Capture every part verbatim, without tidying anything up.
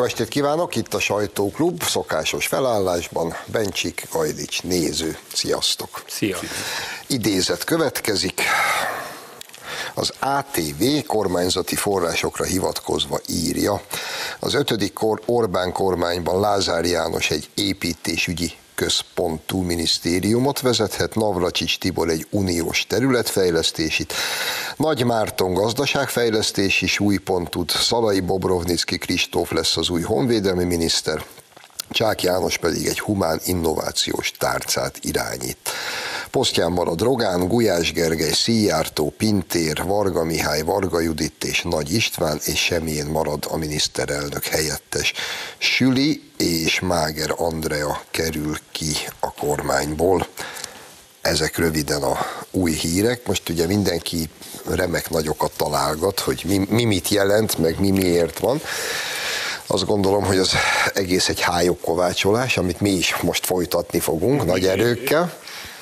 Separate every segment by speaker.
Speaker 1: Jó estét kívánok, itt a Sajtóklub, szokásos felállásban, Bencsik Gajdics néző. Sziasztok!
Speaker 2: Szia!
Speaker 1: Idézet következik. Az á té vé kormányzati forrásokra hivatkozva írja, az ötödik kor Orbán kormányban Lázár János egy építésügyi központú minisztériumot vezethet, Navracsics Tibor egy uniós területfejlesztésit, Nagy Márton gazdaságfejlesztési súlypontot, Szalai Bobrovnicki Kristóf lesz az új honvédelmi miniszter, Csák János pedig egy humán innovációs tárcát irányít. Posztján marad Rogán, Gulyás Gergely, Szijjártó, Pintér, Varga Mihály, Varga Judit és Nagy István, és semmilyen marad a miniszterelnök helyettes. Süli és Máger Andrea kerül ki a kormányból. Ezek röviden a új hírek. Most ugye mindenki remek nagyokat találgat, hogy mi, mi mit jelent, meg mi miért van. Azt gondolom, hogy az egész egy hályokkovácsolás, amit mi is most folytatni fogunk nagy erőkkel.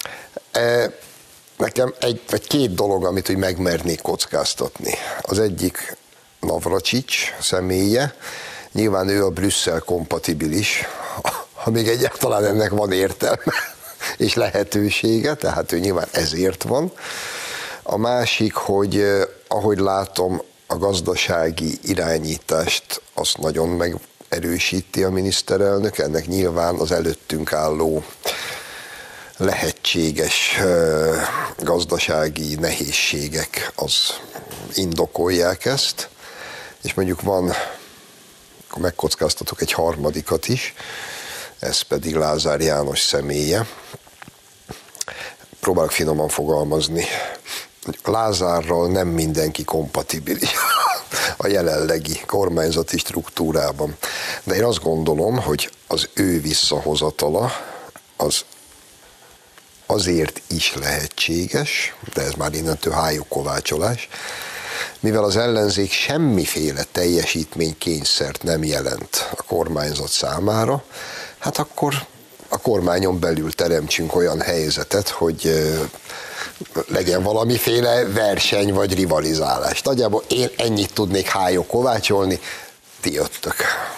Speaker 1: Nekem egy vagy két dolog, amit úgy megmernék kockáztatni. Az egyik Navracsics személye, nyilván ő a Brüsszel kompatibilis, ha még egyáltalán ennek van értelme és lehetősége, tehát ő nyilván ezért van. A másik, hogy ahogy látom, a gazdasági irányítást azt nagyon megerősíti a miniszterelnök, ennek nyilván az előttünk álló lehetséges gazdasági nehézségek az indokolják ezt, és mondjuk van, akkor megkockáztatok egy harmadikat is, ez pedig Lázár János személye. Próbálok finoman fogalmazni. Lázárral nem mindenki kompatibilis a jelenlegi kormányzati struktúrában. De én azt gondolom, hogy az ő visszahozatala az azért is lehetséges, de ez már innentől hályokkovácsolás, mivel az ellenzék semmiféle teljesítménykényszert nem jelent a kormányzat számára, hát akkor a kormányon belül teremtsünk olyan helyzetet, hogy legyen valamiféle verseny vagy rivalizálás. Nagyjából én ennyit tudnék hályokkovácsolni, ti jöttök.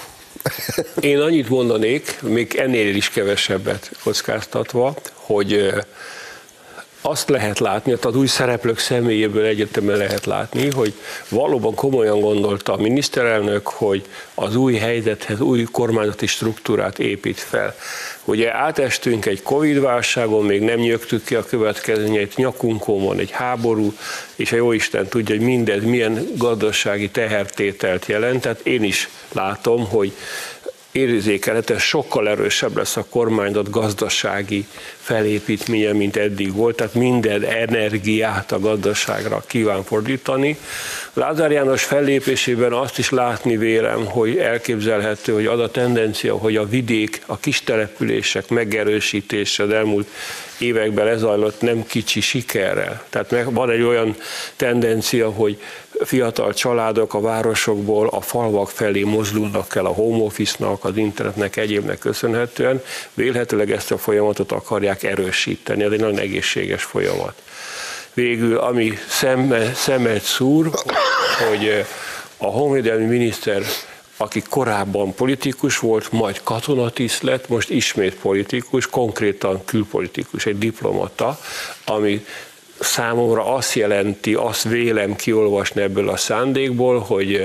Speaker 2: Én annyit mondanék, még ennél is kevesebbet kockáztatva, hogy azt lehet látni, az új szereplők személyéből egyetemen lehet látni, hogy valóban komolyan gondolta a miniszterelnök, hogy az új helyzethez új kormányzati struktúrát épít fel. Ugye átestünk egy Covid-válságon, még nem nyögtük ki a következményeit, nyakunkon van egy háború, és a jóisten tudja, hogy mindez milyen gazdasági tehertételt jelent, tehát én is látom, hogy érzékelhetően sokkal erősebb lesz a kormányzat gazdasági felépítménye, mint eddig volt, tehát minden energiát a gazdaságra kíván fordítani. Lázár János fellépésében azt is látni vélem, hogy elképzelhető, hogy az a tendencia, hogy a vidék, a kis települések megerősítése az elmúlt években lezajlott nem kicsi sikerrel. Tehát van egy olyan tendencia, hogy fiatal családok a városokból a falvak felé mozdulnak el a home office-nak, az internetnek, egyébnek köszönhetően. Vélhetőleg ezt a folyamatot akarják erősíteni, ez egy nagyon egészséges folyamat. Végül, ami szem, szemet szúr, hogy a honvédelmi miniszter, aki korábban politikus volt, majd katonatiszt lett, most ismét politikus, konkrétan külpolitikus, egy diplomata, ami számomra azt jelenti, azt vélem kiolvasni ebből a szándékból, hogy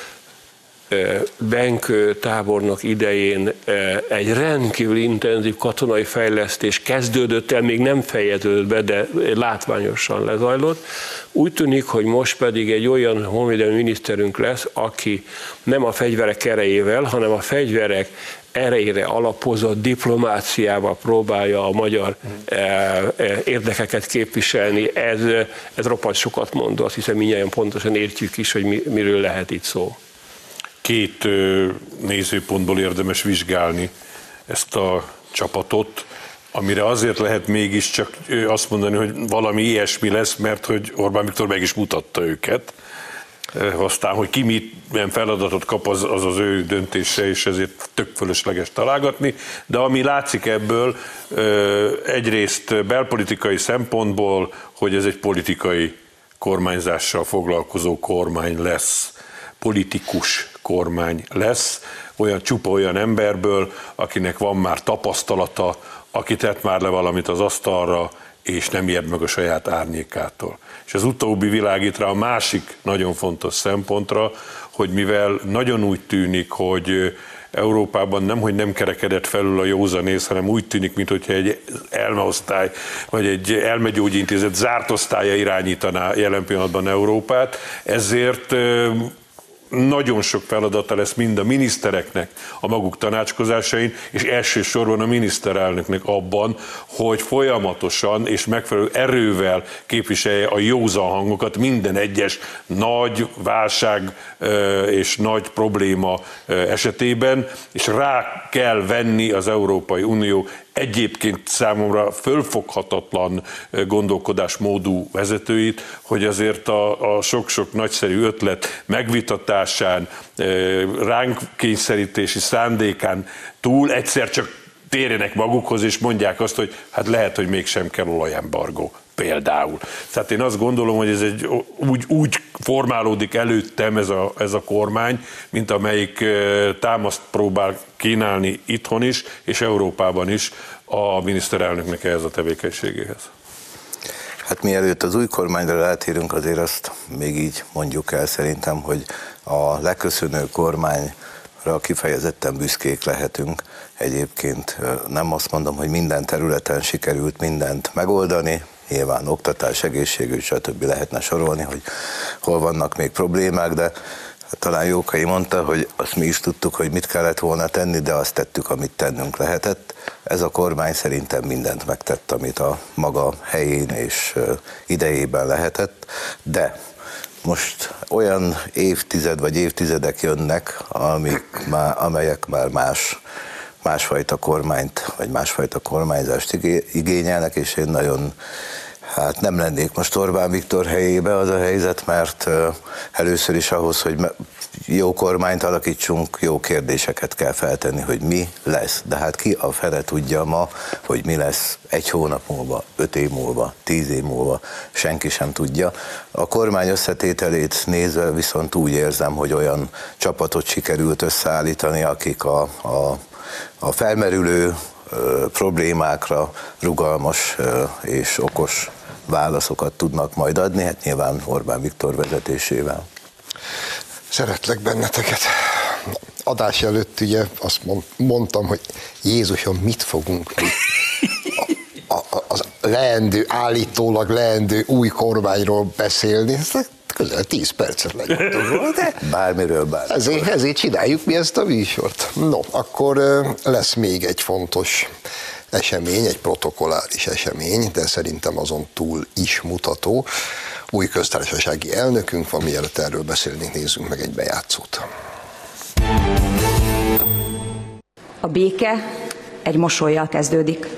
Speaker 2: Benkő tábornok idején egy rendkívül intenzív katonai fejlesztés kezdődött el, még nem fejeződött be, de látványosan lezajlott. Úgy tűnik, hogy most pedig egy olyan honvédelmi miniszterünk lesz, aki nem a fegyverek erejével, hanem a fegyverek erejére alapozott diplomáciával próbálja a magyar érdekeket képviselni. Ez, ez roppant sokat mondó, azt hiszem mindjárt pontosan értjük is, hogy mi, miről lehet itt szó.
Speaker 3: Két nézőpontból érdemes vizsgálni ezt a csapatot, amire azért lehet mégiscsak azt mondani, hogy valami ilyesmi lesz, mert hogy Orbán Viktor meg is mutatta őket. Aztán, hogy ki milyen feladatot kap, az, az az ő döntése, és ezért tök fölösleges találgatni. De ami látszik ebből, egyrészt belpolitikai szempontból, hogy ez egy politikai kormányzással foglalkozó kormány lesz, politikus kormány lesz, olyan csupa olyan emberből, akinek van már tapasztalata, aki tett már le valamit az asztalra, és nem ijed meg a saját árnyékától. És az utóbbi világít rá a másik nagyon fontos szempontra, hogy mivel nagyon úgy tűnik, hogy Európában nemhogy nem kerekedett felül a józanész, hanem úgy tűnik, mintha egy elmeosztály, vagy egy elmegyógyintézet zárt osztálya irányítaná jelen pillanatban Európát, ezért nagyon sok feladata lesz mind a minisztereknek a maguk tanácskozásain, és elsősorban a miniszterelnöknek abban, hogy folyamatosan és megfelelő erővel képviselje a józan hangokat minden egyes nagy válság és nagy probléma esetében, és rá kell venni az Európai Unió egyébként számomra fölfoghatatlan gondolkodásmódú vezetőit, hogy azért a, a sok-sok nagyszerű ötlet megvitatásán, ránk kényszerítési szándékán túl egyszer csak térjenek magukhoz, és mondják azt, hogy hát lehet, hogy mégsem kell olajembargó. Például. Tehát én azt gondolom, hogy ez egy, úgy, úgy formálódik előttem ez a, ez a kormány, mint amelyik támaszt próbál kínálni itthon is, és Európában is a miniszterelnöknek ehhez a tevékenységéhez.
Speaker 4: Hát mielőtt az új kormányra rátérünk, azért azt még így mondjuk el szerintem, hogy a leköszönő kormány kifejezetten büszkék lehetünk. Egyébként nem azt mondom, hogy minden területen sikerült mindent megoldani, nyilván oktatás, egészségügy, stb. Lehetne sorolni, hogy hol vannak még problémák, de talán Jókai mondta, hogy azt mi is tudtuk, hogy mit kellett volna tenni, de azt tettük, amit tennünk lehetett. Ez a kormány szerintem mindent megtett, amit a maga helyén és idejében lehetett, de most olyan évtized vagy évtizedek jönnek, amik már, amelyek már más, másfajta kormányt, vagy másfajta kormányzást igényelnek, és én nagyon, hát nem lennék most Orbán Viktor helyébe az a helyzet, mert először is ahhoz, hogy jó kormányt alakítsunk, jó kérdéseket kell feltenni, hogy mi lesz. De hát ki a fele tudja ma, hogy mi lesz egy hónap múlva, öt év múlva, tíz év múlva, senki sem tudja. A kormány összetételét nézve viszont úgy érzem, hogy olyan csapatot sikerült összeállítani, akik a, a, a felmerülő ö, problémákra rugalmas ö, és okos válaszokat tudnak majd adni, hát nyilván Orbán Viktor vezetésével.
Speaker 1: Szeretlek benneteket. Adás előtt ugye azt mondtam, hogy Jézusom, mit fogunk mi? A, a, az leendő, állítólag leendő új kormányról beszélni, ezt közel tíz percet legyartunk, de
Speaker 4: bármiről bármiről.
Speaker 1: Ezért, ezért csináljuk mi ezt a műsort. No, akkor lesz még egy fontos esemény, egy protokolláris esemény, de szerintem azon túl is mutató. Új köztársasági elnökünk van, mielőtt erről beszélnénk, nézzünk meg egy bejátszót.
Speaker 5: A béke egy mosollyal kezdődik.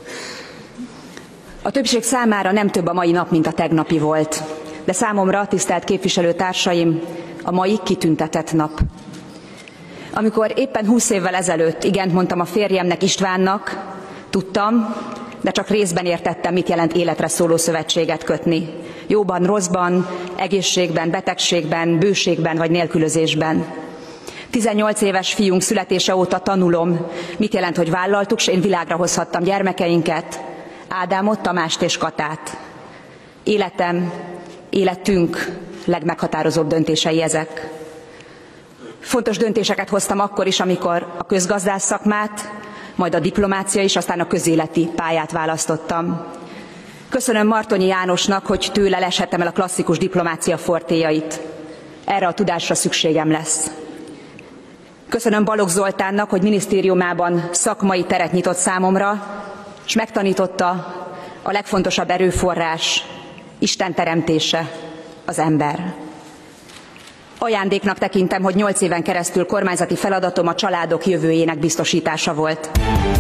Speaker 5: A többség számára nem több a mai nap, mint a tegnapi volt, de számomra, tisztelt képviselőtársaim, a mai kitüntetett nap. Amikor éppen húsz évvel ezelőtt igent mondtam a férjemnek, Istvánnak, tudtam, de csak részben értettem, mit jelent életre szóló szövetséget kötni. Jóban, rosszban, egészségben, betegségben, bőségben vagy nélkülözésben. tizennyolc éves fiunk születése óta tanulom, mit jelent, hogy vállaltuk, és én világra hozhattam gyermekeinket, Ádámot, Tamást és Katát. Életem, életünk legmeghatározóbb döntései ezek. Fontos döntéseket hoztam akkor is, amikor a közgazdász szakmát, majd a diplomácia és aztán a közéleti pályát választottam. Köszönöm Martonyi Jánosnak, hogy tőle leshettem el a klasszikus diplomácia fortéjait. Erre a tudásra szükségem lesz. Köszönöm Balogh Zoltánnak, hogy minisztériumában szakmai teret nyitott számomra, és megtanította a legfontosabb erőforrás, Isten teremtése, az ember. Ajándéknak tekintem, hogy nyolc éven keresztül kormányzati feladatom a családok jövőjének biztosítása volt.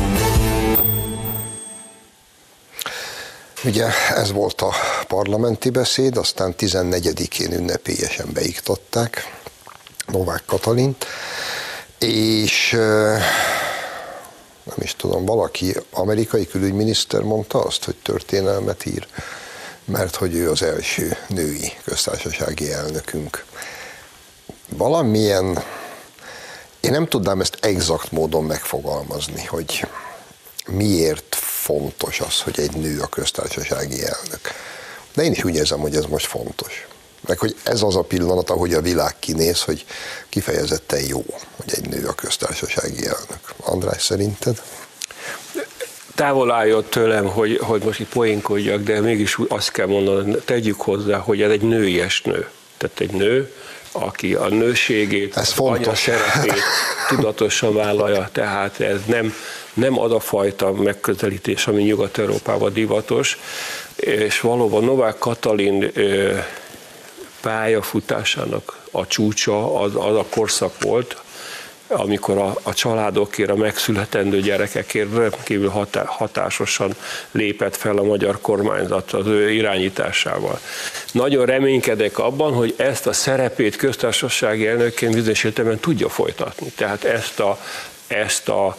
Speaker 1: Ugye ez volt a parlamenti beszéd, aztán tizennegyedikén ünnepélyesen beiktatták Novák Katalint, és nem is tudom, valaki, amerikai külügyminiszter mondta azt, hogy történelmet ír, mert hogy ő az első női köztársasági elnökünk. Valamilyen Én nem tudnám ezt exakt módon megfogalmazni, hogy miért fontos az, hogy egy nő a köztársasági elnök. De én is úgy érzem, hogy ez most fontos. Meg hogy ez az a pillanat, ahogy a világ kinéz, hogy kifejezetten jó, hogy egy nő a köztársasági elnök. András, szerinted?
Speaker 2: Távol álljon tőlem, hogy, hogy most itt poénkodjak, de mégis azt kell mondani, tegyük hozzá, hogy ez egy nőies nő. Tehát egy nő, aki a nőségét,
Speaker 1: ez
Speaker 2: az
Speaker 1: fontos.
Speaker 2: anya szerepét tudatosan vállalja, tehát ez nem, nem az a fajta megközelítés, ami Nyugat-Európában divatos, és valóban Novák Katalin pályafutásának a csúcsa az, az a korszak volt, amikor a, a családokért, a megszületendő gyerekekért rendkívül hatá, hatásosan lépett fel a magyar kormányzat az ő irányításával. Nagyon reménykedek abban, hogy ezt a szerepét köztársasági elnökként bizonyos értelemben tudja folytatni. Tehát ezt a, ezt a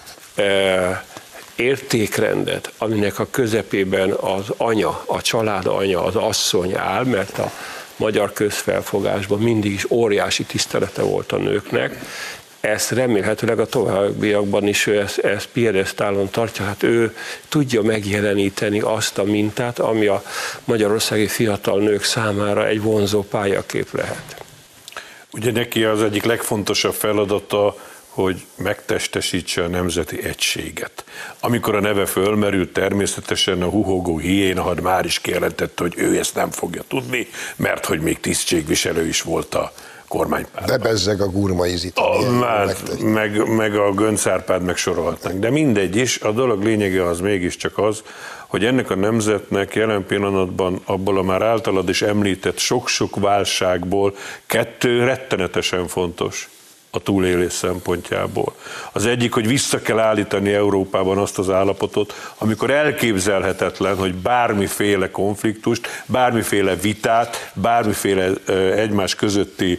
Speaker 2: e, értékrendet, aminek a közepében az anya, a család anya, az asszony áll, mert a magyar közfelfogásban mindig is óriási tisztelete volt a nőknek, ezt remélhetőleg a továbbiakban is ő ezt, ezt piedesztálon tartja, hát ő tudja megjeleníteni azt a mintát, ami a magyarországi fiatal nők számára egy vonzó pályakép lehet.
Speaker 3: Ugye neki az egyik legfontosabb feladata, hogy megtestesítse a nemzeti egységet. Amikor a neve fölmerült, természetesen a huhogó hiénahad már is kijelentette, hogy ő ezt nem fogja tudni, mert hogy még tisztségviselő is volt a kormánypártban.
Speaker 1: De bezzeg a Gurmai-Zita.
Speaker 3: Meg, meg a Göncz Árpád megsorolhatnánk. De mindegy is, a dolog lényege az mégiscsak az, hogy ennek a nemzetnek jelen pillanatban abból a már általad is említett sok-sok válságból kettő rettenetesen fontos a túlélés szempontjából. Az egyik, hogy vissza kell állítani Európában azt az állapotot, amikor elképzelhetetlen, hogy bármiféle konfliktust, bármiféle vitát, bármiféle egymás közötti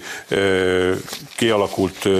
Speaker 3: kialakult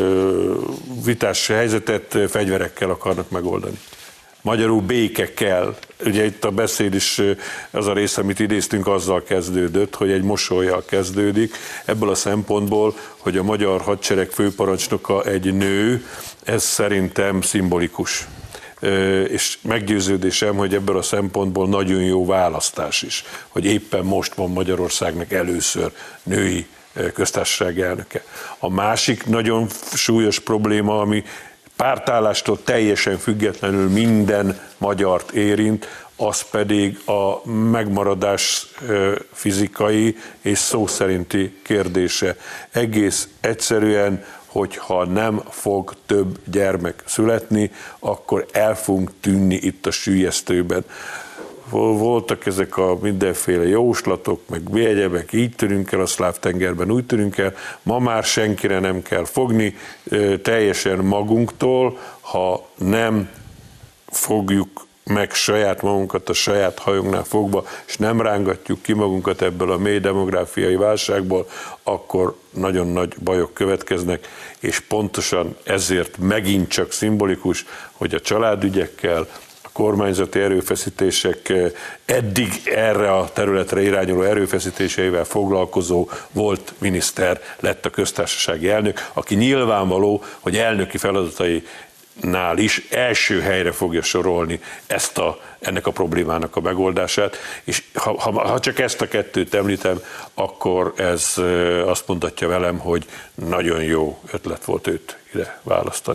Speaker 3: vitás helyzetet fegyverekkel akarnak megoldani. Magyarul béke kell. Ugye itt a beszéd is, az a rész, amit idéztünk, azzal kezdődött, hogy egy mosollyal kezdődik. Ebből a szempontból, hogy a magyar hadsereg főparancsnoka egy nő, ez szerintem szimbolikus. És meggyőződésem, hogy ebből a szempontból nagyon jó választás is, hogy éppen most van Magyarországnak először női köztársasági elnöke. A másik nagyon súlyos probléma, ami pártállástól teljesen függetlenül minden magyart érint, az pedig a megmaradás fizikai és szó szerinti kérdése. Egész egyszerűen, hogyha nem fog több gyermek születni, akkor el fogunk tűnni itt a süllyesztőben. Voltak ezek a mindenféle jóslatok, meg egyebek, így tűnünk el a Szláv-tengerben, úgy tűnünk el, ma már senkire nem kell fogni, teljesen magunktól, ha nem fogjuk meg saját magunkat a saját hajunknál fogva, és nem rángatjuk ki magunkat ebből a mély demográfiai válságból, akkor nagyon nagy bajok következnek, és pontosan ezért megint csak szimbolikus, hogy a családügyekkel, kormányzati erőfeszítések eddig erre a területre irányuló erőfeszítéseivel foglalkozó volt miniszter lett a köztársasági elnök, aki nyilvánvaló, hogy elnöki feladatainál is első helyre fogja sorolni ezt a, ennek a problémának a megoldását, és ha, ha, ha csak ezt a kettőt említem, akkor ez azt mondatja velem, hogy nagyon jó ötlet volt őt ide választani.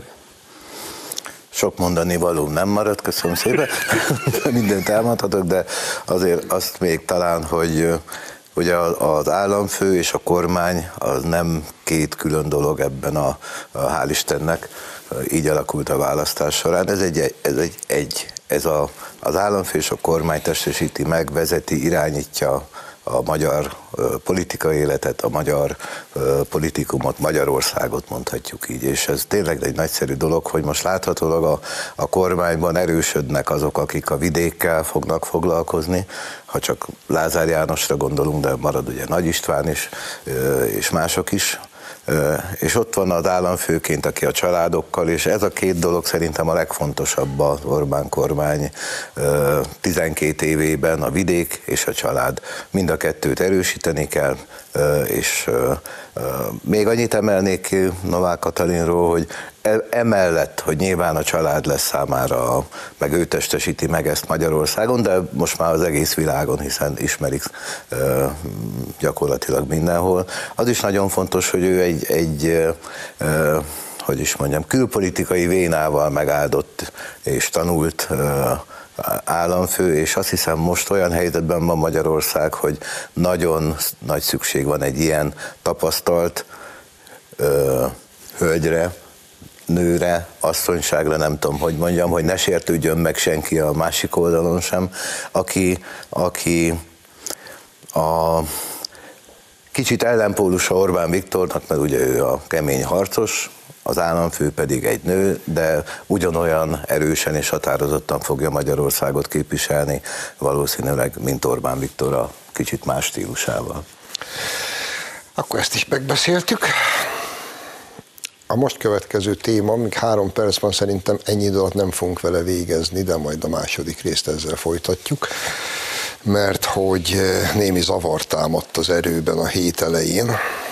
Speaker 4: Sok mondani való nem maradt, köszönöm szépen, mindent elmondhatok, de azért azt még talán, hogy ugye az államfő és a kormány az nem két külön dolog ebben a, a hál' Istennek, így alakult a választás során, ez egy, ez egy, egy ez a, az államfő és a kormány testesíti meg, vezeti, irányítja a magyar politikai életet, a magyar politikumot, Magyarországot mondhatjuk így, és ez tényleg egy nagyszerű dolog, hogy most láthatólag a, a kormányban erősödnek azok, akik a vidékkel fognak foglalkozni, ha csak Lázár Jánosra gondolunk, de marad ugye Nagy István is, és mások is, és ott van az államfőként, aki a családokkal, és ez a két dolog szerintem a legfontosabb az Orbán kormány tizenkét évében, a vidék és a család. Mind a kettőt erősíteni kell, és még annyit emelnék ki Novák Katalinról, hogy emellett, hogy nyilván a család lesz számára, meg ő testesíti meg ezt Magyarországon, de most már az egész világon, hiszen ismerik gyakorlatilag mindenhol. Az is nagyon fontos, hogy ő egy, egy hogy is mondjam, külpolitikai vénával megáldott és tanult államfő, és azt hiszem most olyan helyzetben van Magyarország, hogy nagyon nagy szükség van egy ilyen tapasztalt ö, hölgyre, nőre, asszonyságra, nem tudom, hogy mondjam, hogy ne sértődjön meg senki a másik oldalon sem, aki, aki a kicsit ellenpólusa Orbán Viktornak, mert ugye ő a kemény harcos, az államfő pedig egy nő, de ugyanolyan erősen és határozottan fogja Magyarországot képviselni, valószínűleg, mint Orbán Viktor a kicsit más stílusával.
Speaker 1: Akkor ezt is megbeszéltük. A most következő téma, még három perc van, szerintem ennyi idő alatt nem fogunk vele végezni, de majd a második részt ezzel folytatjuk, mert hogy némi zavar támadt az erőben a hét elején.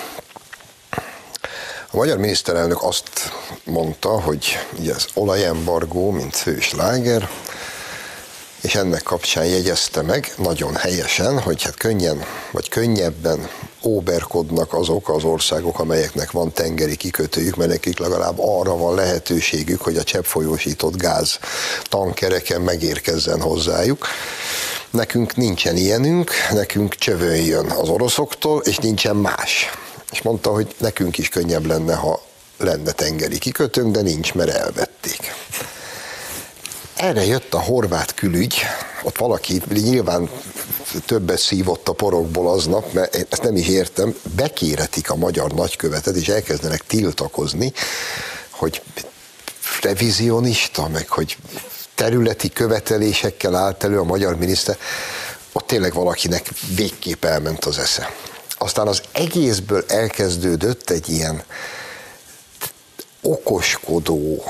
Speaker 1: A magyar miniszterelnök azt mondta, hogy ugye az olajembargó, mint fő sláger, és ennek kapcsán jegyezte meg nagyon helyesen, hogy hát könnyen, vagy könnyebben óberkodnak azok az országok, amelyeknek van tengeri kikötőjük, mert nekik legalább arra van lehetőségük, hogy a cseppfolyósított gáz tankereken megérkezzen hozzájuk. Nekünk nincsen ilyenünk, nekünk csövön jön az oroszoktól, és nincsen más. És mondta, hogy nekünk is könnyebb lenne, ha lenne tengeri kikötőnk, de nincs, mert elvették. Erre jött a horvát külügy, ott valaki nyilván többet szívott a porokból aznap, mert ezt nem is értem, bekéretik a magyar nagykövetet, és elkezdenek tiltakozni, hogy revizionista, meg hogy területi követelésekkel állt elő a magyar miniszter, ott tényleg valakinek végképp elment az esze. Aztán az egészből elkezdődött egy ilyen okoskodó,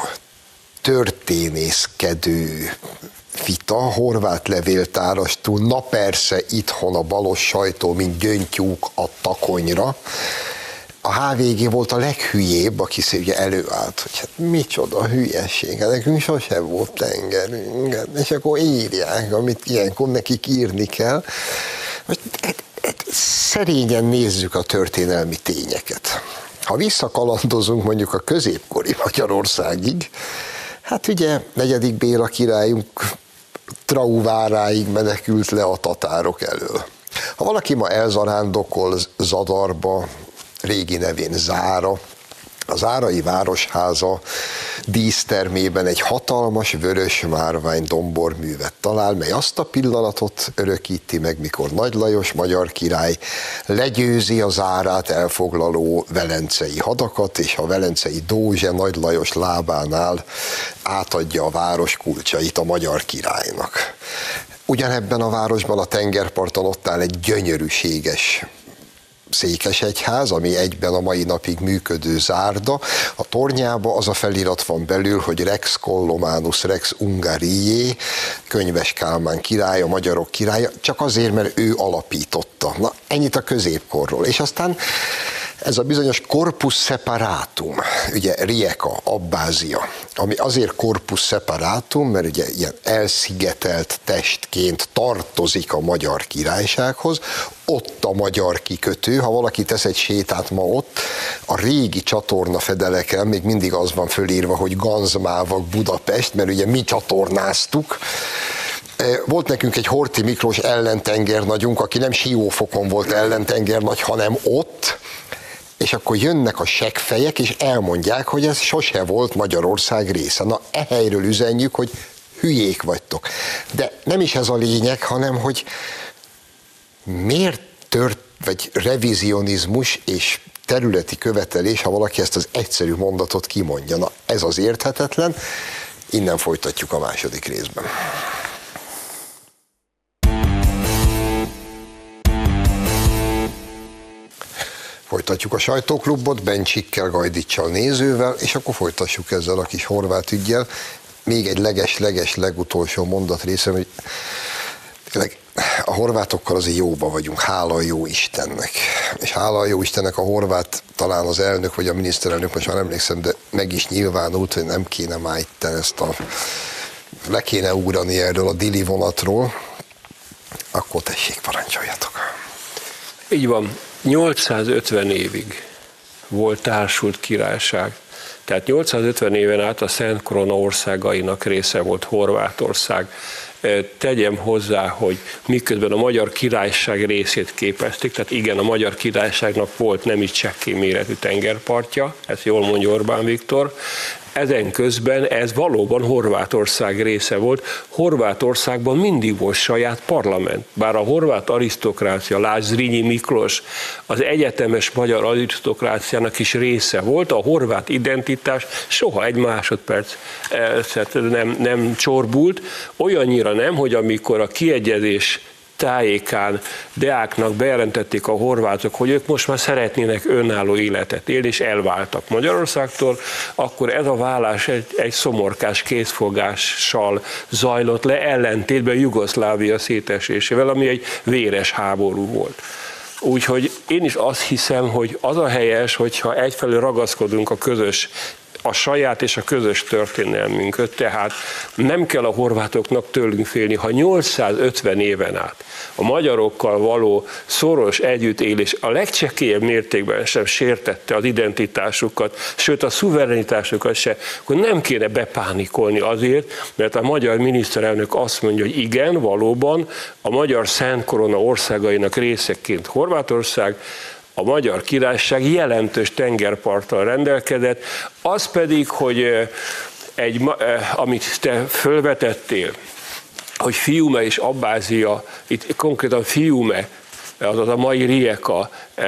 Speaker 1: történészkedő vita, horvát levéltárastól, na persze itthon a balos sajtó, mint gyöngytyúk a takonyra. A há vé gé volt a leghülyébb, aki szépen előállt, hogy hát micsoda hülyeség, nekünk sosem volt tengerünk, és akkor írják, amit ilyenkor nekik írni kell. Most szerényen nézzük a történelmi tényeket. Ha visszakalandozunk mondjuk a középkori Magyarországig, hát ugye negyedik Béla királyunk Trauváráig menekült le a tatárok elől. Ha valaki ma elzarándokol Zadarba, régi nevén Zára, a zárai városháza dísztermében egy hatalmas vörös márvány domborművet talál, mely azt a pillanatot örökíti meg, mikor Nagy Lajos magyar király legyőzi a Zárát elfoglaló velencei hadakat, és a velencei dózse Nagy Lajos lábánál átadja a város kulcsait a magyar királynak. Ugyanebben a városban a tengerparton ott áll egy gyönyörűséges székesegyház, ami egyben a mai napig működő zárda. A tornyába az a felirat van belül, hogy Rex Collomanus Rex Ungarié, Könyves Kálmán király, a magyarok királya, csak azért, mert ő alapította. Na, ennyit a középkorról. És aztán ez a bizonyos corpus separatum, ugye Rijeka, Abbázia, ami azért corpus separatum, mert ugye ilyen elszigetelt testként tartozik a magyar királysághoz, ott a magyar kikötő, ha valaki tesz egy sétát ma ott, a régi csatorna fedeleken még mindig az van fölírva, hogy Ganzmávak Budapest, mert ugye mi csatornáztuk. Volt nekünk egy Horthy Miklós ellentengernagyunk, aki nem Siófokon volt ellentengernagy, hanem ott, és akkor jönnek a seggfejek, és elmondják, hogy ez sose volt Magyarország része. Na, e helyről üzenjük, hogy hülyék vagytok. De nem is ez a lényeg, hanem, hogy miért tört, vagy revizionizmus és területi követelés, ha valaki ezt az egyszerű mondatot kimondja. Na, ez az érthetetlen, innen folytatjuk a második részben. Folytatjuk a sajtóklubot, Bencsikkel, Gajdicsal, nézővel, és akkor folytassuk ezzel a kis horvát üggyel. Még egy leges-leges legutolsó mondat részem, hogy a horvátokkal azért jóba vagyunk, hála a jó Istennek. És hála a jó Istennek a horvát, talán az elnök vagy a miniszterelnök, most már emlékszem, de meg is nyilvánult, hogy nem kéne már itten ezt a, le kéne ugrani erről a dili vonatról, akkor tessék, parancsoljatok.
Speaker 2: Így van, nyolcszázötven évig volt társult királyság. Tehát nyolcszázötven éven át a Szent Korona országainak része volt Horvátország. Tegyem hozzá, hogy miközben a Magyar Királyság részét képezték, tehát igen, a Magyar Királyságnak volt nem is csekély méretű tengerpartja, ezt jól mondja Orbán Viktor, ezen közben ez valóban Horvátország része volt. Horvátországban mindig volt saját parlament. Bár a horvát arisztokrácia, lásd Zrínyi Miklós, az egyetemes magyar arisztokráciának is része volt, a horvát identitás soha egy másodperc nem, nem csorbult, olyannyira nem, hogy amikor a kiegyezés tájékán deáknak bejelentették a horvátok, hogy ők most már szeretnének önálló életet élni, és elváltak Magyarországtól, akkor ez a válás egy, egy szomorkás készfogással zajlott le, ellentétben Jugoszlávia szétesésével, ami egy véres háború volt. Úgyhogy én is azt hiszem, hogy az a helyes, hogyha egyfelől ragaszkodunk a közös a saját és a közös történelmünket, tehát nem kell a horvátoknak tőlünk félni. Ha nyolcszázötven éven át a magyarokkal való szoros együttélés a legcsekélyebb mértékben sem sértette az identitásukat, sőt a szuverenitásukat se, akkor nem kéne bepánikolni azért, mert a magyar miniszterelnök azt mondja, hogy igen, valóban a Magyar Szent Korona országainak részeként Horvátország, a Magyar Királyság jelentős tengerparttal rendelkezett, az pedig, hogy egy, amit te fölvetettél, hogy Fiume és Abbázia, itt konkrétan Fiume, azaz a mai Rijeka,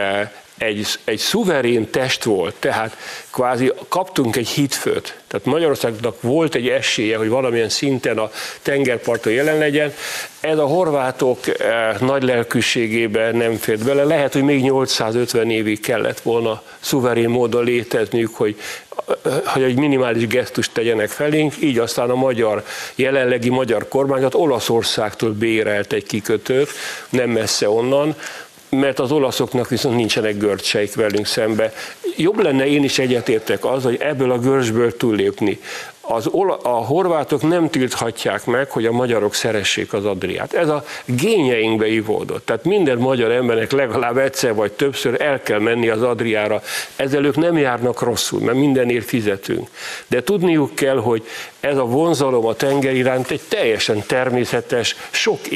Speaker 2: egy, egy szuverén test volt, tehát kvázi kaptunk egy hídfőt, tehát Magyarországnak volt egy esélye, hogy valamilyen szinten a tengerparton jelen legyen. Ez a horvátok eh, nagy lelkűségében nem fért bele. Lehet, hogy még nyolcszázötven évig kellett volna szuverén módon létezniük, hogy, hogy egy minimális gesztust tegyenek felénk, így aztán a magyar, jelenlegi magyar kormányzat Olaszországtól bérelt egy kikötőt, nem messze onnan, mert az olaszoknak viszont nincsenek görcseik velünk szembe. Jobb lenne, én is egyetértek az, hogy ebből a görcsből túllépni. Az, a horvátok nem tilthatják meg, hogy a magyarok szeressék az Adriát. Ez a génjeinkbe ivódott. Tehát minden magyar embernek legalább egyszer vagy többször el kell menni az Adriára. Ezzel ők nem járnak rosszul, mert mindenért fizetünk. De tudniuk kell, hogy ez a vonzalom a tenger iránt egy teljesen természetes, sok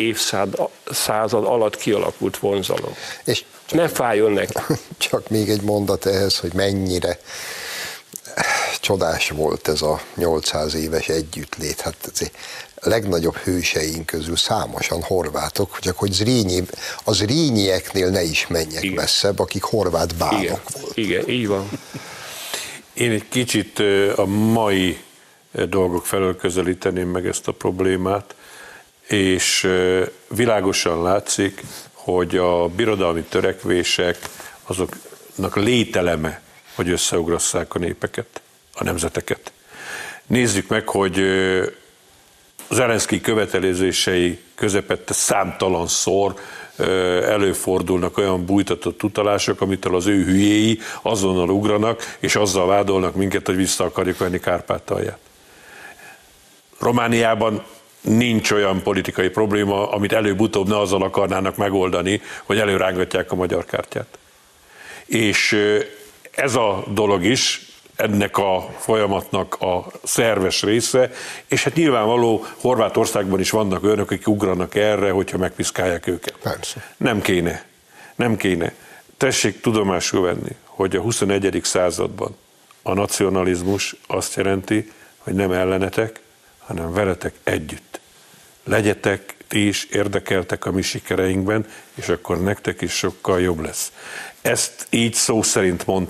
Speaker 2: évszázad alatt kialakult vonzalom. És ne fájjon neki.
Speaker 1: Csak még egy mondat ehhez, hogy mennyire csodás volt ez a nyolcszáz éves együttlét. Hát a legnagyobb hőseink közül számosan horvátok, csak hogy Zrínyi, a zrínyieknél ne is menjek igen. messzebb, akik horvát bánok
Speaker 2: igen.
Speaker 1: volt.
Speaker 2: Igen, így van.
Speaker 3: Én egy kicsit a mai dolgok felől közelíteném meg ezt a problémát, és világosan látszik, hogy a birodalmi törekvések azoknak lételeme, hogy összeugrasszák a népeket, a nemzeteket. Nézzük meg, hogy Zelenszkij követelései közepette számtalanszor előfordulnak olyan bújtatott utalások, amitől az ő hülyéi azonnal ugranak, és azzal vádolnak minket, hogy vissza akarjuk venni Kárpátalját. Romániában nincs olyan politikai probléma, amit előbb-utóbb ne azzal akarnának megoldani, hogy előrángatják a magyar kártyát. És ez a dolog is ennek a folyamatnak a szerves része, és hát nyilvánvaló Horvátországban is vannak olyanok, akik ugranak erre, hogyha megpiszkálják őket.
Speaker 1: Persze.
Speaker 3: Nem kéne. Nem kéne. Tessék tudomásul venni, hogy a huszonegyedik században a nacionalizmus azt jelenti, hogy nem ellenetek, hanem veletek együtt. Legyetek ti is érdekeltek a mi sikereinkben, és akkor nektek is sokkal jobb lesz. Ezt így szó szerint mondta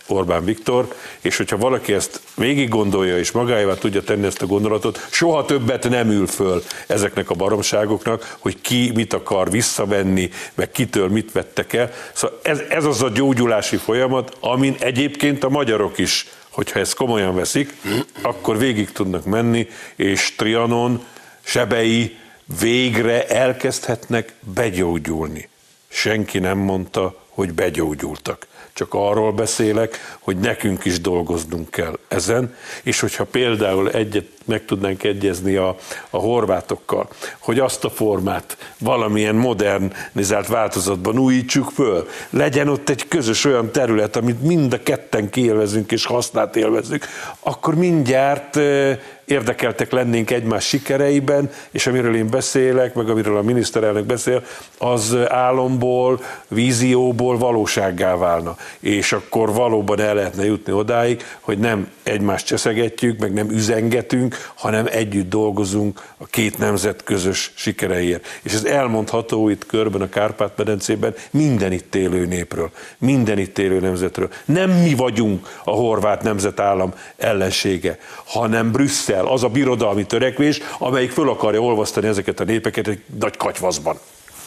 Speaker 3: Orbán Viktor, és hogyha valaki ezt végig gondolja és magáévá tudja tenni ezt a gondolatot, soha többet nem ül föl ezeknek a baromságoknak, hogy ki mit akar visszavenni, meg kitől mit vettek el. Szóval ez, ez az a gyógyulási folyamat, amin egyébként a magyarok is, hogyha ezt komolyan veszik, akkor végig tudnak menni, és Trianon sebei végre elkezdhetnek begyógyulni. Senki nem mondta, hogy begyógyultak. Csak arról beszélek, hogy nekünk is dolgoznunk kell ezen, és hogyha például egyet meg tudnánk egyezni a, a horvátokkal, hogy azt a formát valamilyen modernizált változatban újítsuk föl, legyen ott egy közös olyan terület, amit mind a ketten kiélvezünk és hasznát élvezzük, akkor mindjárt érdekeltek lennénk egymás sikereiben, és amiről én beszélek, meg amiről a miniszterelnök beszél, az álomból, vízióból valósággá válna. És akkor valóban el lehetne jutni odáig, hogy nem egymást cseszegetjük, meg nem üzengetünk, hanem együtt dolgozunk a két nemzet közös sikereiért. És ez elmondható itt körben a Kárpát-medencében minden itt élő népről, minden itt élő nemzetről. Nem mi vagyunk a horvát nemzetállam ellensége, hanem Brüsszel, az a birodalmi törekvés, amelyik föl akarja olvasztani ezeket a népeket egy nagy katyvaszban.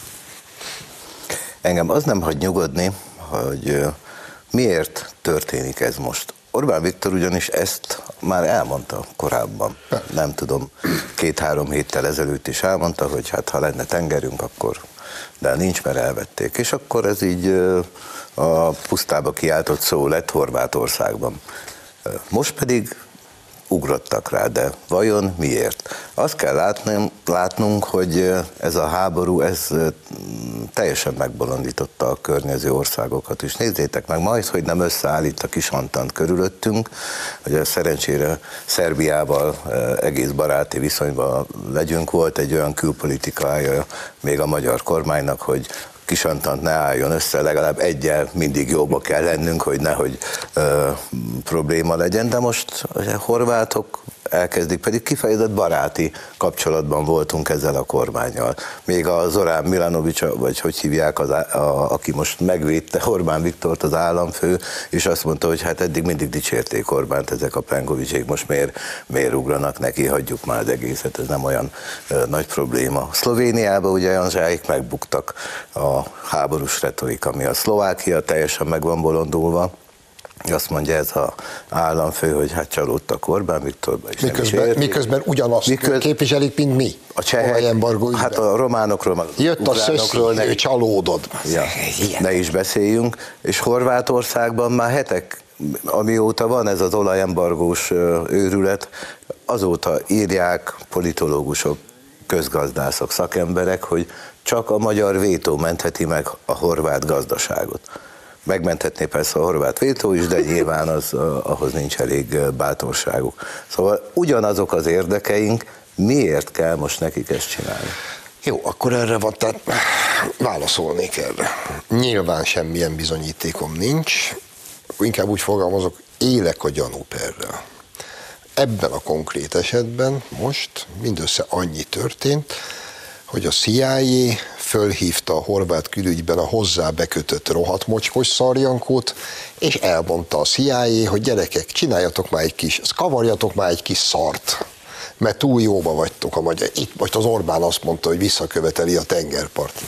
Speaker 4: Engem az nem hagy nyugodni, hogy miért történik ez most. Orbán Viktor ugyanis ezt már elmondta korábban, nem tudom, két-három héttel ezelőtt is elmondta, hogy hát ha lenne tengerünk, akkor, de nincs, mert elvették. És akkor ez így a pusztába kiáltott szó lett Horvátországban. Most pedig ugrottak rá, de vajon miért? Azt kell látnunk, látnunk, hogy ez a háború, ez teljesen megbolondította a környező országokat is. Nézzétek meg majd, hogy nem összeállít a kis Antant körülöttünk, hogy szerencsére Szerbiával egész baráti viszonyban legyünk, volt egy olyan külpolitikája még a magyar kormánynak, hogy Kis Antant ne álljon össze, legalább egyel mindig jóba kell lennünk, hogy nehogy ö, probléma legyen, de most a horvátok elkezdik, pedig kifejezett baráti kapcsolatban voltunk ezzel a kormánnyal. Még a Zorán Milanović, vagy hogy hívják, az, a, aki most megvédte Orbán Viktort, az államfő, és azt mondta, hogy hát eddig mindig dicsérték Orbánt ezek a Plenkovicsék, most miért, miért ugranak neki, hagyjuk már az egészet, ez nem olyan ö, nagy probléma. Szlovéniában ugye Janzsáik megbuktak a háborús retorika, ami a Szlovákia teljesen meg van bolondulva. Azt mondja ez az államfő, hogy hát csalódtak Orbán Viktorba, és
Speaker 1: miközben,
Speaker 4: nem is
Speaker 1: miközben ugyanazt Miköz... képviselik, mint mi.
Speaker 4: A csehek, hát a románokról, meg
Speaker 1: jött a szöszről, ne, csalódod.
Speaker 4: Ja, ne is beszéljünk, és Horvátországban már hetek, amióta van ez az olajembargós őrület, azóta írják politológusok, közgazdászok, szakemberek, hogy csak a magyar vétó mentheti meg a horvát gazdaságot. Megmenthetné persze a horvát vétó is, de nyilván az, ahhoz nincs elég bátorságuk. Szóval ugyanazok az érdekeink, miért kell most nekik ezt csinálni?
Speaker 1: Jó, akkor erre van, tehát válaszolnék erre. Nyilván semmilyen bizonyítékom nincs, inkább úgy fogalmazok, élek a gyanúperrel. Ebben a konkrét esetben most mindössze annyi történt, hogy a C I A fölhívta a horvát külügyben a hozzá bekötött rohadt mocskos szarjankót, és elmondta a C I A, hogy gyerekek, csináljatok már egy kis, kavarjatok már egy kis szart, mert túl jóba vagytok a magyar. Itt most az Orbán azt mondta, hogy visszaköveteli a tengerparti.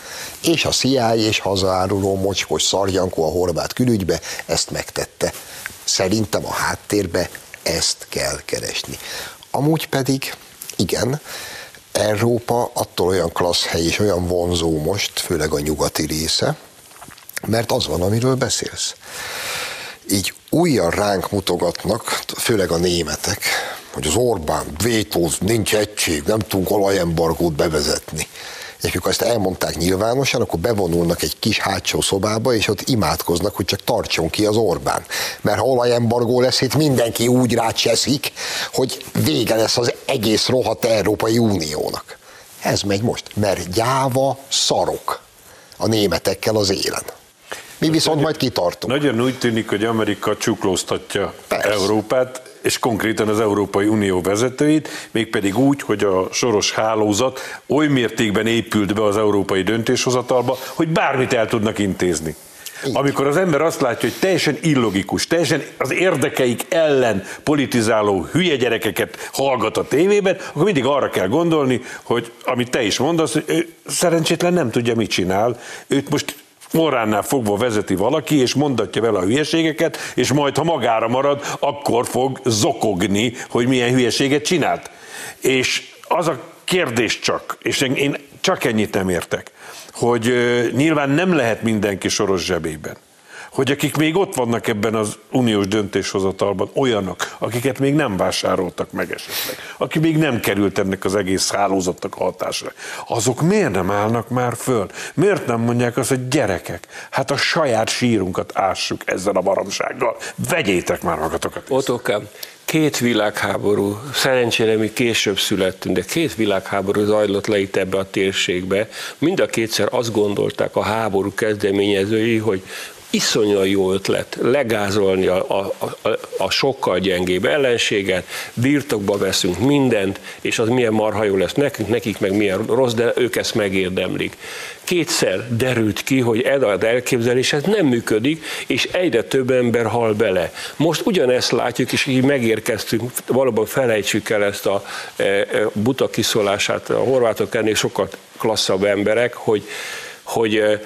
Speaker 1: És a C I A és hazaáruló mocskos szarjankó a horvát külügybe ezt megtette. Szerintem a háttérbe ezt kell keresni. Amúgy pedig, igen, Európa attól olyan klassz hely és olyan vonzó most, főleg a nyugati része, mert az van, amiről beszélsz. Így újra ránk mutogatnak, főleg a németek, hogy az Orbán vétóz, nincs egység, nem tudunk olajembargót bevezetni. És amikor ezt elmondták nyilvánosan, akkor bevonulnak egy kis hátsó szobába, és ott imádkoznak, hogy csak tartson ki az Orbán. Mert ha olajembargó lesz, itt mindenki úgy rácseszik, hogy vége lesz az egész rohadt Európai Uniónak. Ez megy most, mert gyáva szarok a németekkel az élen. Mi viszont majd kitartunk.
Speaker 3: Nagyon úgy tűnik, hogy Amerika csuklóztatja Persze. Európát, és konkrétan az Európai Unió vezetőit, mégpedig úgy, hogy a soros hálózat oly mértékben épült be az európai döntéshozatalba, hogy bármit el tudnak intézni.
Speaker 1: Így.
Speaker 3: Amikor az ember azt látja, hogy teljesen illogikus, teljesen az érdekeik ellen politizáló hülye gyerekeket hallgat a tévében, akkor mindig arra kell gondolni, hogy amit te is mondasz, hogy ő szerencsétlen nem tudja, mit csinál. Őt most orránál fogva vezeti valaki, és mondatja vele a hülyeségeket, és majd, ha magára marad, akkor fog zokogni, hogy milyen hülyeséget csinált. És az a kérdés csak, és én csak ennyit nem értek, hogy uh, nyilván nem lehet mindenki Soros zsebében. Hogy akik még ott vannak ebben az uniós döntéshozatalban, olyanok, akiket még nem vásároltak meg esetleg, akik még nem került ennek az egész hálózatnak a hatásra, azok miért nem állnak már föl? Miért nem mondják azt, hogy gyerekek, hát a saját sírunkat ássuk ezzel a baromsággal, vegyétek már magatokat.
Speaker 2: Ottokám, két világháború, szerencsére mi később születtünk, de két világháború zajlott le itt ebbe a térségbe. Mind a kétszer azt gondolták a háború kezdeményezői, hogy iszonyúan jó ötlet legázolni a, a, a, a sokkal gyengébb ellenséget, birtokba veszünk mindent, és az milyen marha jó lesz nekünk, nekik meg milyen rossz, de ők ezt megérdemlik. Kétszer derült ki, hogy ez az elképzelés ez nem működik, és egyre több ember hal bele. Most ugyanezt látjuk, és így megérkeztünk, valóban felejtsük el ezt a e, e, buta kiszólását, a horvátok ennél sokkal klasszabb emberek, hogy, hogy e,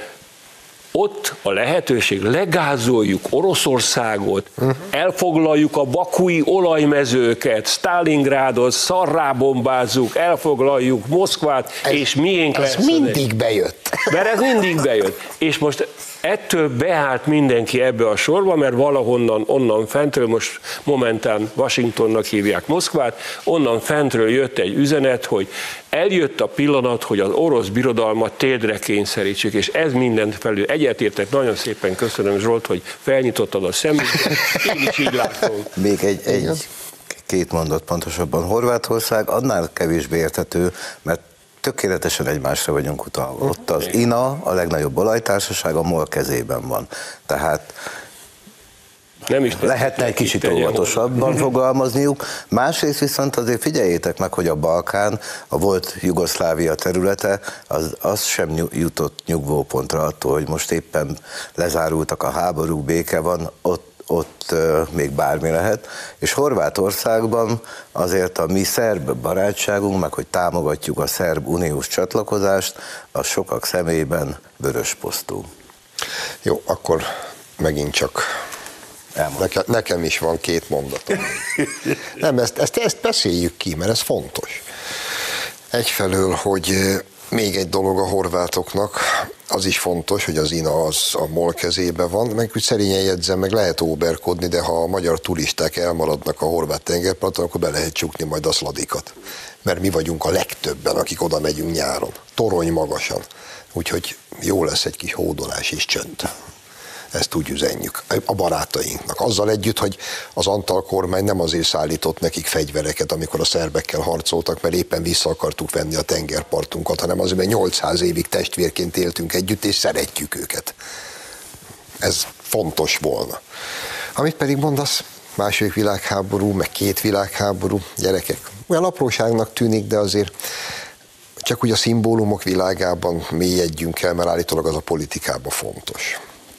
Speaker 2: ott a lehetőség, legázoljuk Oroszországot, uh-huh. elfoglaljuk a bakui olajmezőket, Stalingrádot, szarrábombázzuk, elfoglaljuk Moszkvát, ez, és miénk lesz.
Speaker 1: Ez mindig bejött.
Speaker 2: Mert ez mindig bejött. És most ettől beállt mindenki ebbe a sorba, mert valahonnan, onnan fentről, most momentán Washingtonnak hívják Moszkvát, onnan fentről jött egy üzenet, hogy eljött a pillanat, hogy az orosz birodalmat térdre kényszerítsük, és ez mindent felül. Egyetértek, nagyon szépen köszönöm, Zsolt, hogy felnyitottad a szemünket, én is így látom.
Speaker 4: Még egy, egy két mondat pontosabban. Horvátország annál kevésbé érthető, mert tökéletesen egymásra vagyunk utalva. Ott az i en á, a legnagyobb olajtársaság, a MOL kezében van. Tehát nem is lehetne egy kicsit óvatosabban fogalmazniuk. Másrészt viszont azért figyeljétek meg, hogy a Balkán, a volt Jugoszlávia területe, az, az sem jutott nyugvópontra attól, hogy most éppen lezárultak a háborúk, béke van, ott ott uh, még bármi lehet, és Horvátországban azért a mi szerb barátságunk, meg hogy támogatjuk a szerb uniós csatlakozást, az sokak szemében vörös posztú.
Speaker 1: Jó, akkor megint csak nekem, nekem is van két mondatom. Nem, ezt, ezt, ezt beszéljük ki, mert ez fontos. Egyfelől, hogy még egy dolog a horvátoknak, az is fontos, hogy az i en á az a MOL kezében van, meg úgy szerényen jegyzem, meg lehet óberkodni, de ha a magyar turisták elmaradnak a horvát tengerparton, akkor be lehet csukni majd a szladikat. Mert mi vagyunk a legtöbben, akik oda megyünk nyáron, torony magasan. Úgyhogy jó lesz egy kis hódolás és csönd. Ezt úgy üzenjük a barátainknak. Azzal együtt, hogy az Antal kormány nem azért szállított nekik fegyvereket, amikor a szerbekkel harcoltak, mert éppen vissza akartuk venni a tengerpartunkat, hanem azért, mert nyolcszáz évig testvérként éltünk együtt, és szeretjük őket. Ez fontos volna. Amit pedig mondasz, második világháború, meg két világháború, gyerekek, olyan apróságnak tűnik, de azért csak úgy a szimbólumok világában mélyedjünk el, mert állítólag az a politikában fontos.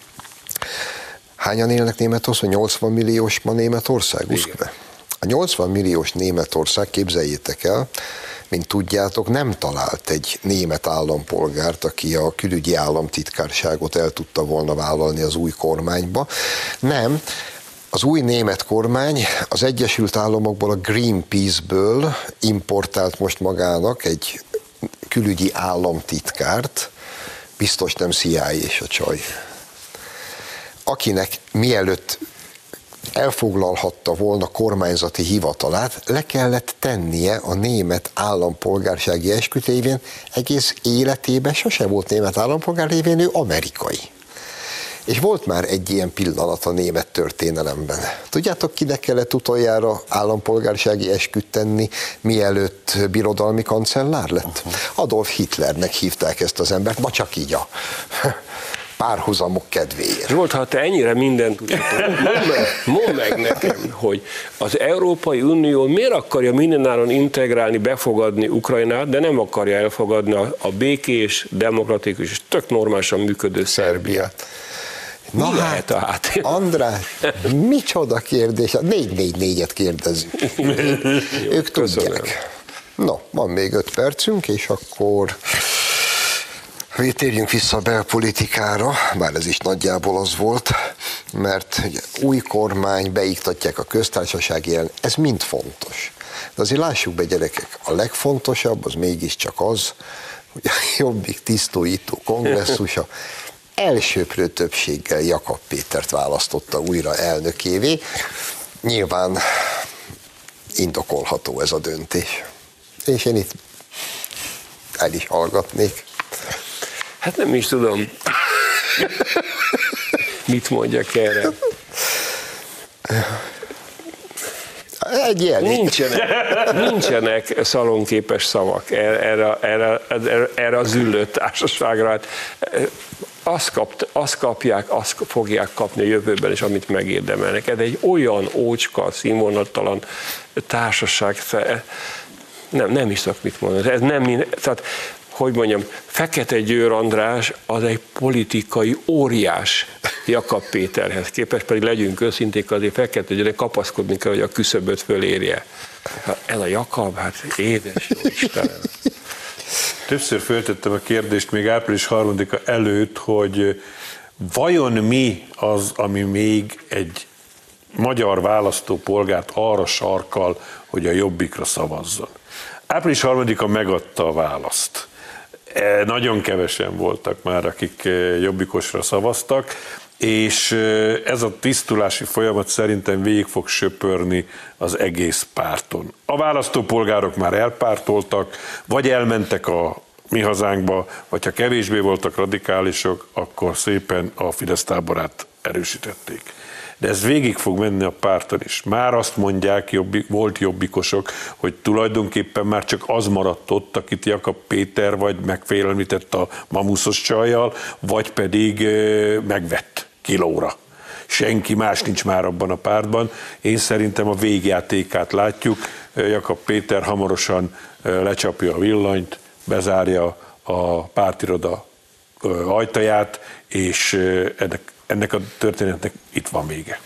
Speaker 1: Hányan élnek Németország? nyolcvan milliós ma Németország? Uszkve. A nyolcvan milliós Németország, képzeljétek el, mint tudjátok, nem talált egy német állampolgárt, aki a külügyi államtitkárságot el tudta volna vállalni az új kormányba. Nem, az új német kormány az Egyesült Államokból, a Greenpeace-ből importált most magának egy külügyi államtitkárt, biztos nem C I A és a csaj, akinek mielőtt elfoglalhatta volna kormányzati hivatalát, le kellett tennie a német állampolgársági eskütévén, egész életében sose volt német állampolgár, lévén ő amerikai. És volt már egy ilyen pillanat a német történelemben. Tudjátok, kinek kellett utoljára állampolgársági esküt tenni, mielőtt birodalmi kancellár lett? Adolf Hitlernek hívták ezt az embert, ma csak így a párhuzamok kedvéért.
Speaker 2: Zsolt, ha te ennyire mindent tudod, mondd meg nekem, hogy az Európai Unió miért akarja mindenáron integrálni, befogadni Ukrajnát, de nem akarja elfogadni a, a békés, demokratikus és tök normálisan működő Szerbiát.
Speaker 1: Na
Speaker 2: Mi
Speaker 1: hát,
Speaker 2: lehet a háttér?
Speaker 1: András, micsoda kérdés, négy négy négyet kérdezzük. Ők
Speaker 2: köszönöm.
Speaker 1: tudják. No, van még öt percünk, és akkor térjünk vissza a belpolitikára, bár ez is nagyjából az volt, mert ugye, új kormány, beiktatják a köztársasági jelen, ez mind fontos. De azért lássuk be, gyerekek, a legfontosabb az mégiscsak az, hogy a Jobbik tisztóító kongresszusa elsöprő többséggel Jakab Pétert választotta újra elnökévé. Nyilván indokolható ez a döntés. És én itt el is hallgatnék.
Speaker 2: Hát nem is tudom, mit mondjak erre.
Speaker 1: Egy ilyen.
Speaker 2: Nincsenek, nincsenek szalonképes szavak erre, erre, erre, erre a züllött társaságra. Hát azt, kapt, azt kapják, azt fogják kapni a jövőben is, amit megérdemelnek. Ez egy olyan ócska, színvonattalan társaság, nem, nem is szok mit mondani. Ez nem, tehát, hogy mondjam, Fekete Győr András az egy politikai óriás Jakab Péterhez képest, pedig legyünk őszinték, azért Fekete Győrnek kapaszkodni kell, hogy a küszöböt fölérje. Ez a Jakab, hát édes jó Istenem.
Speaker 3: Többször föltettem a kérdést még április harmadika előtt, hogy vajon mi az, ami még egy magyar választópolgárt arra sarkal, hogy a Jobbikra szavazzon. április harmadika megadta a választ. Nagyon kevesen voltak már, akik jobbikosra szavaztak, és ez a tisztulási folyamat szerintem végig fog söpörni az egész párton. A választópolgárok már elpártoltak, vagy elmentek a mi hazánkba, vagy ha kevésbé voltak radikálisok, akkor szépen a Fidesz táborát erősítették. De ez végig fog menni a párton is. Már azt mondják, jobbik, volt jobbikosok, hogy tulajdonképpen már csak az maradt ott, akit Jakab Péter vagy megfélemlített a mamuszos csajjal, vagy pedig ö, megvett kilóra. Senki más nincs már abban a pártban. Én szerintem a végjátékát látjuk. Jakab Péter hamarosan lecsapja a villanyt, bezárja a pártiroda ajtaját, és ennek ennek a történetnek itt van vége.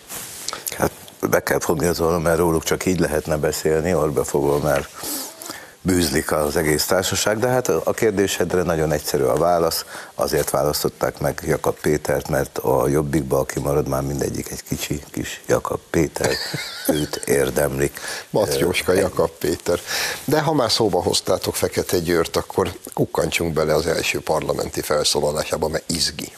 Speaker 4: Hát be kell fogni az orrom, mert róluk csak így lehetne beszélni, orbefogva, mert bűzlik az egész társaság, de hát a kérdésedre nagyon egyszerű a válasz, azért választották meg Jakab Pétert, mert a Jobbikba, aki marad, már mindegyik egy kicsi kis Jakab Péter, őt érdemlik.
Speaker 1: Matrjóska Jakab Péter. De ha már szóba hoztátok Fekete Győrt, akkor kukkantsunk bele az első parlamenti felszólalásába, mert izgi.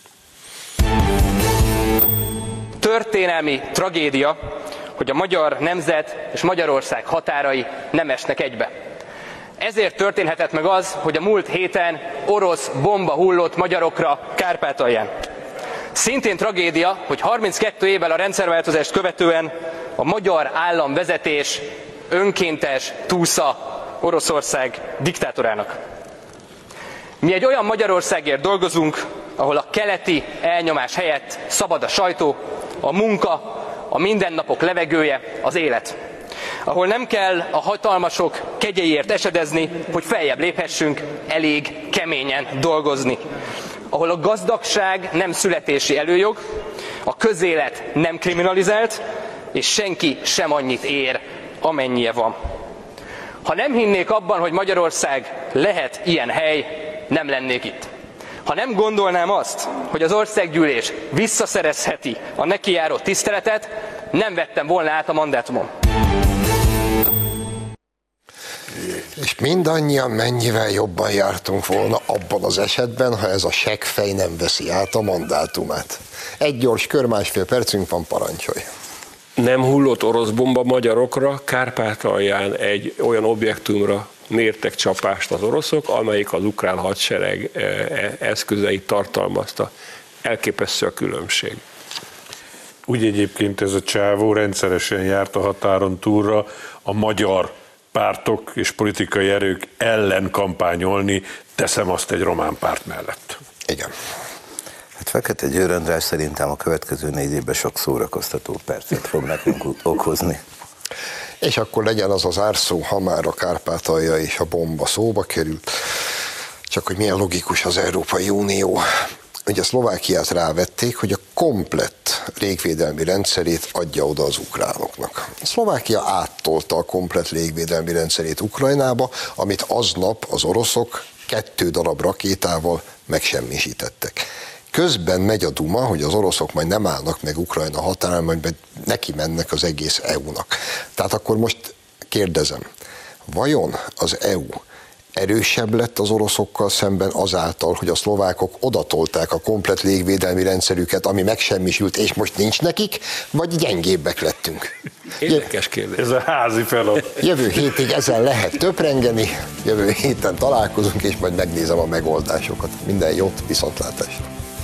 Speaker 6: Történelmi tragédia, hogy a magyar nemzet és Magyarország határai nem esnek egybe. Ezért történhetett meg az, hogy a múlt héten orosz bomba hullott magyarokra Kárpátalján. Szintén tragédia, hogy harminckettő évvel a rendszerváltozást követően a magyar államvezetés önkéntes túsza Oroszország diktátorának. Mi egy olyan Magyarországért dolgozunk, ahol a keleti elnyomás helyett szabad a sajtó, a munka, a mindennapok levegője, az élet. Ahol nem kell a hatalmasok kegyeiért esedezni, hogy feljebb léphessünk, elég keményen dolgozni. Ahol a gazdagság nem születési előjog, a közélet nem kriminalizált, és senki sem annyit ér, amennyie van. Ha nem hinnék abban, hogy Magyarország lehet ilyen hely, nem lennék itt. Ha nem gondolnám azt, hogy az országgyűlés visszaszerezheti a neki járó tiszteletet, nem vettem volna át a mandátumom.
Speaker 1: És mindannyian mennyivel jobban jártunk volna abban az esetben, ha ez a seggfej nem veszi át a mandátumát. Egy gyors kör, másfél percünk van, parancsolj.
Speaker 2: Nem hullott orosz bomba magyarokra, Kárpátalján egy olyan objektumra mértek csapást az oroszok, amelyik az ukrán hadsereg eszközeit tartalmazta. Elképesztő a különbség.
Speaker 3: Úgy egyébként ez a csávó rendszeresen járt a határon túlra a magyar pártok és politikai erők ellen kampányolni, teszem azt egy román párt mellett.
Speaker 1: Igen.
Speaker 4: Hát Fekete Győr András szerintem a következő négy évben sok szórakoztató percet fog nekünk okozni.
Speaker 1: És akkor legyen az az árszó, ha már a Kárpátalja és a bomba szóba került. Csak hogy milyen logikus az Európai Unió. ugye Szlovákiát rávették, hogy a komplett légvédelmi rendszerét adja oda az ukránoknak. A Szlovákia áttolta a komplett légvédelmi rendszerét Ukrajnába, amit aznap az oroszok kettő darab rakétával megsemmisítettek. Közben megy a duma, hogy az oroszok majd nem állnak meg Ukrajna határán, majd neki mennek az egész é u-nak. Tehát akkor most kérdezem, vajon az é u erősebb lett az oroszokkal szemben azáltal, hogy a szlovákok odatolták a komplett légvédelmi rendszerüket, ami megsemmisült, és most nincs nekik, vagy gyengébbek lettünk?
Speaker 2: Érdekes kérdés.
Speaker 3: Ez a házi feladat.
Speaker 1: Jövő hétig ezen lehet töprengeni, jövő héten találkozunk, és majd megnézem a megoldásokat. Minden jót, viszontlátásra!